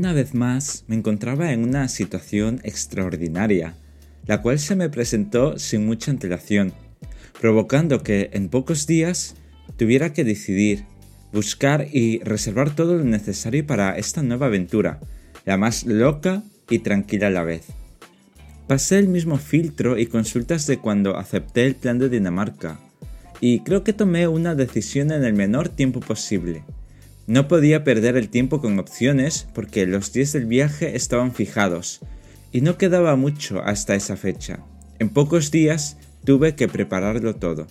Una vez más me encontraba en una situación extraordinaria, la cual se me presentó sin mucha antelación, provocando que en pocos días tuviera que decidir, buscar y reservar todo lo necesario para esta nueva aventura, la más loca y tranquila a la vez. Pasé el mismo filtro y consultas de cuando acepté el plan de Dinamarca, y creo que tomé una decisión en el menor tiempo posible. No podía perder el tiempo con opciones porque los días del viaje estaban fijados, y no quedaba mucho hasta esa fecha. En pocos días tuve que prepararlo todo.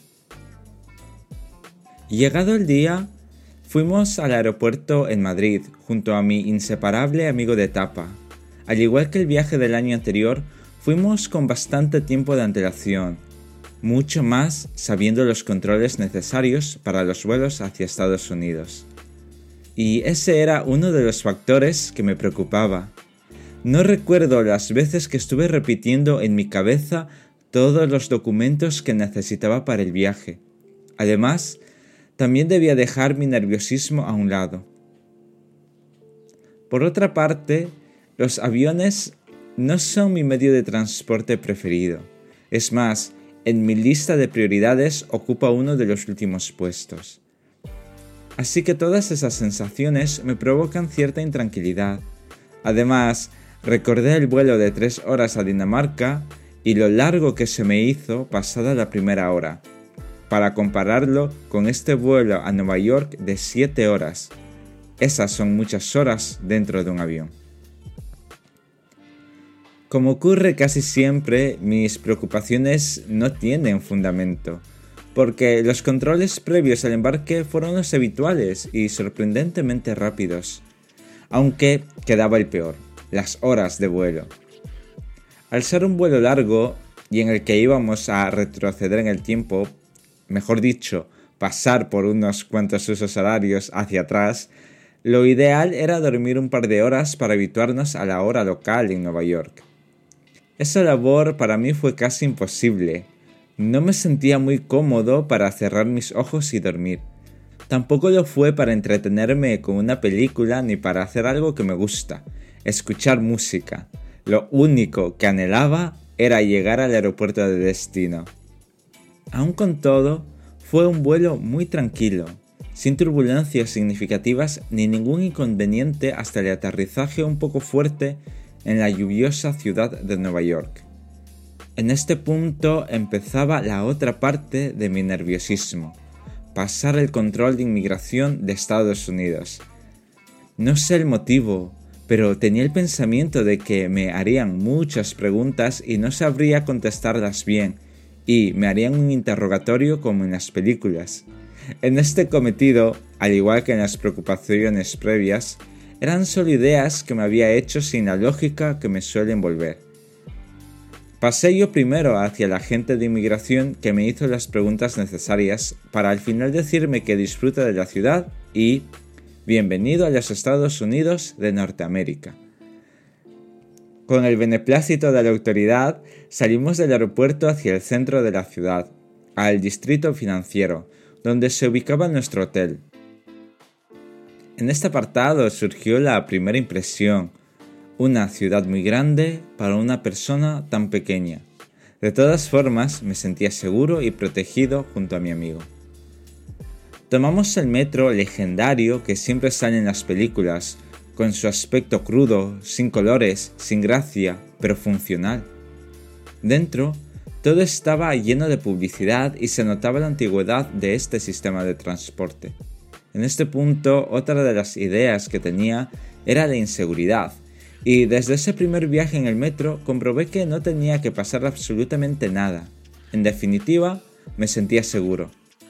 Llegado el día, fuimos al aeropuerto en Madrid junto a mi inseparable amigo de etapa. Al igual que el viaje del año anterior, fuimos con bastante tiempo de antelación, mucho más sabiendo los controles necesarios para los vuelos hacia Estados Unidos. Y ese era uno de los factores que me preocupaba. No recuerdo las veces que estuve repitiendo en mi cabeza todos los documentos que necesitaba para el viaje. Además, también debía dejar mi nerviosismo a un lado. Por otra parte, los aviones no son mi medio de transporte preferido. Es más, en mi lista de prioridades ocupa uno de los últimos puestos. Así que todas esas sensaciones me provocan cierta intranquilidad. Además, recordé el vuelo de 3 horas a Dinamarca y lo largo que se me hizo pasada la primera hora, para compararlo con este vuelo a Nueva York de 7 horas. Esas son muchas horas dentro de un avión. Como ocurre casi siempre, mis preocupaciones no tienen fundamento, porque los controles previos al embarque fueron los habituales y sorprendentemente rápidos. Aunque quedaba el peor, las horas de vuelo. Al ser un vuelo largo y en el que íbamos a retroceder en el tiempo, mejor dicho, pasar por unos cuantos usos horarios hacia atrás, lo ideal era dormir un par de horas para habituarnos a la hora local en Nueva York. Esa labor para mí fue casi imposible. No me sentía muy cómodo para cerrar mis ojos y dormir. Tampoco lo fue para entretenerme con una película ni para hacer algo que me gusta, escuchar música. Lo único que anhelaba era llegar al aeropuerto de destino. Aun con todo, fue un vuelo muy tranquilo, sin turbulencias significativas ni ningún inconveniente hasta el aterrizaje un poco fuerte en la lluviosa ciudad de Nueva York. En este punto empezaba la otra parte de mi nerviosismo, pasar el control de inmigración de Estados Unidos. No sé el motivo, pero tenía el pensamiento de que me harían muchas preguntas y no sabría contestarlas bien, y me harían un interrogatorio como en las películas. En este cometido, al igual que en las preocupaciones previas, eran solo ideas que me había hecho sin la lógica que me suele envolver. Pasé yo primero hacia el agente de inmigración que me hizo las preguntas necesarias para al final decirme que disfruta de la ciudad y bienvenido a los Estados Unidos de Norteamérica. Con el beneplácito de la autoridad salimos del aeropuerto hacia el centro de la ciudad, al distrito financiero, donde se ubicaba nuestro hotel. En este apartado surgió la primera impresión, una ciudad muy grande para una persona tan pequeña. De todas formas, me sentía seguro y protegido junto a mi amigo. Tomamos el metro legendario que siempre sale en las películas, con su aspecto crudo, sin colores, sin gracia, pero funcional. Dentro, todo estaba lleno de publicidad y se notaba la antigüedad de este sistema de transporte. En este punto, otra de las ideas que tenía era la inseguridad, y desde ese primer viaje en el metro comprobé que no tenía que pasar absolutamente nada. En definitiva, me sentía seguro.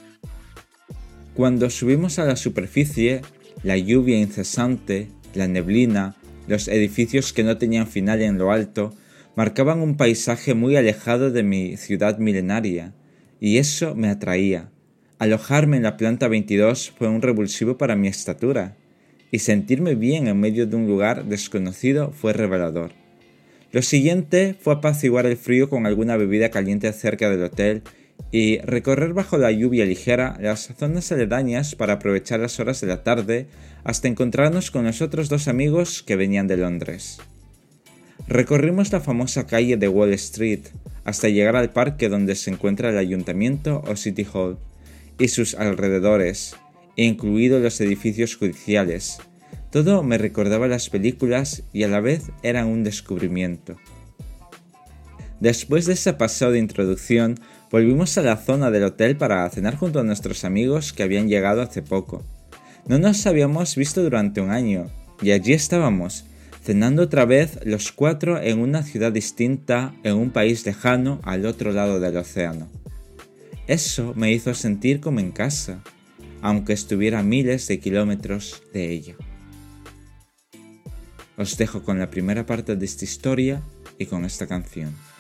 Cuando subimos a la superficie, la lluvia incesante, la neblina, los edificios que no tenían final en lo alto, marcaban un paisaje muy alejado de mi ciudad milenaria, y eso me atraía. Alojarme en la planta 22 fue un revulsivo para mi estatura, y sentirme bien en medio de un lugar desconocido fue revelador. Lo siguiente fue apaciguar el frío con alguna bebida caliente cerca del hotel y recorrer bajo la lluvia ligera las zonas aledañas para aprovechar las horas de la tarde hasta encontrarnos con los otros dos amigos que venían de Londres. Recorrimos la famosa calle de Wall Street hasta llegar al parque donde se encuentra el ayuntamiento o City Hall y sus alrededores, incluidos los edificios judiciales. Todo me recordaba las películas y a la vez eran un descubrimiento. Después de ese paseo de introducción, volvimos a la zona del hotel para cenar junto a nuestros amigos que habían llegado hace poco. No nos habíamos visto durante un año, y allí estábamos, cenando otra vez los cuatro en una ciudad distinta, en un país lejano al otro lado del océano. Eso me hizo sentir como en casa, aunque estuviera a miles de kilómetros de ello. Os dejo con la primera parte de esta historia y con esta canción.